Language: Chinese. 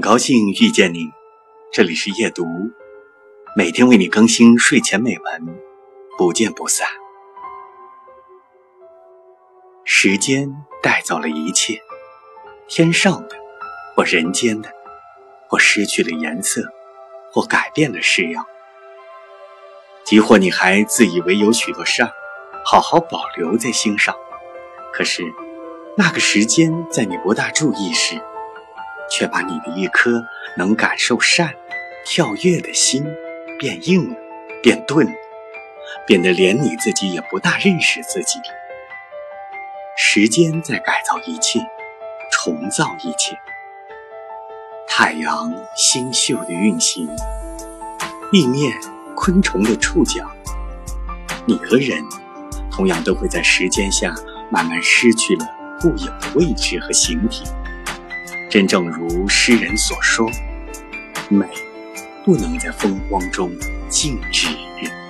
高兴遇见你，这里是夜读，每天为你更新睡前美文，不见不散。时间带走了一切，天上的或人间的，或失去了颜色，或改变了式样，即或你还自以为有许多事儿好好保留在心上，可是那个时间在你不大注意时，却把你的一颗能感受善跳跃的心变硬了，变钝了，变得连你自己也不大认识自己。时间在改造一切，重造一切。太阳星宿的运行，地面昆虫的触角，你和人同样都会在时间下慢慢失去了固有的位置和形体。真正如诗人所说，美不能在风光中静止。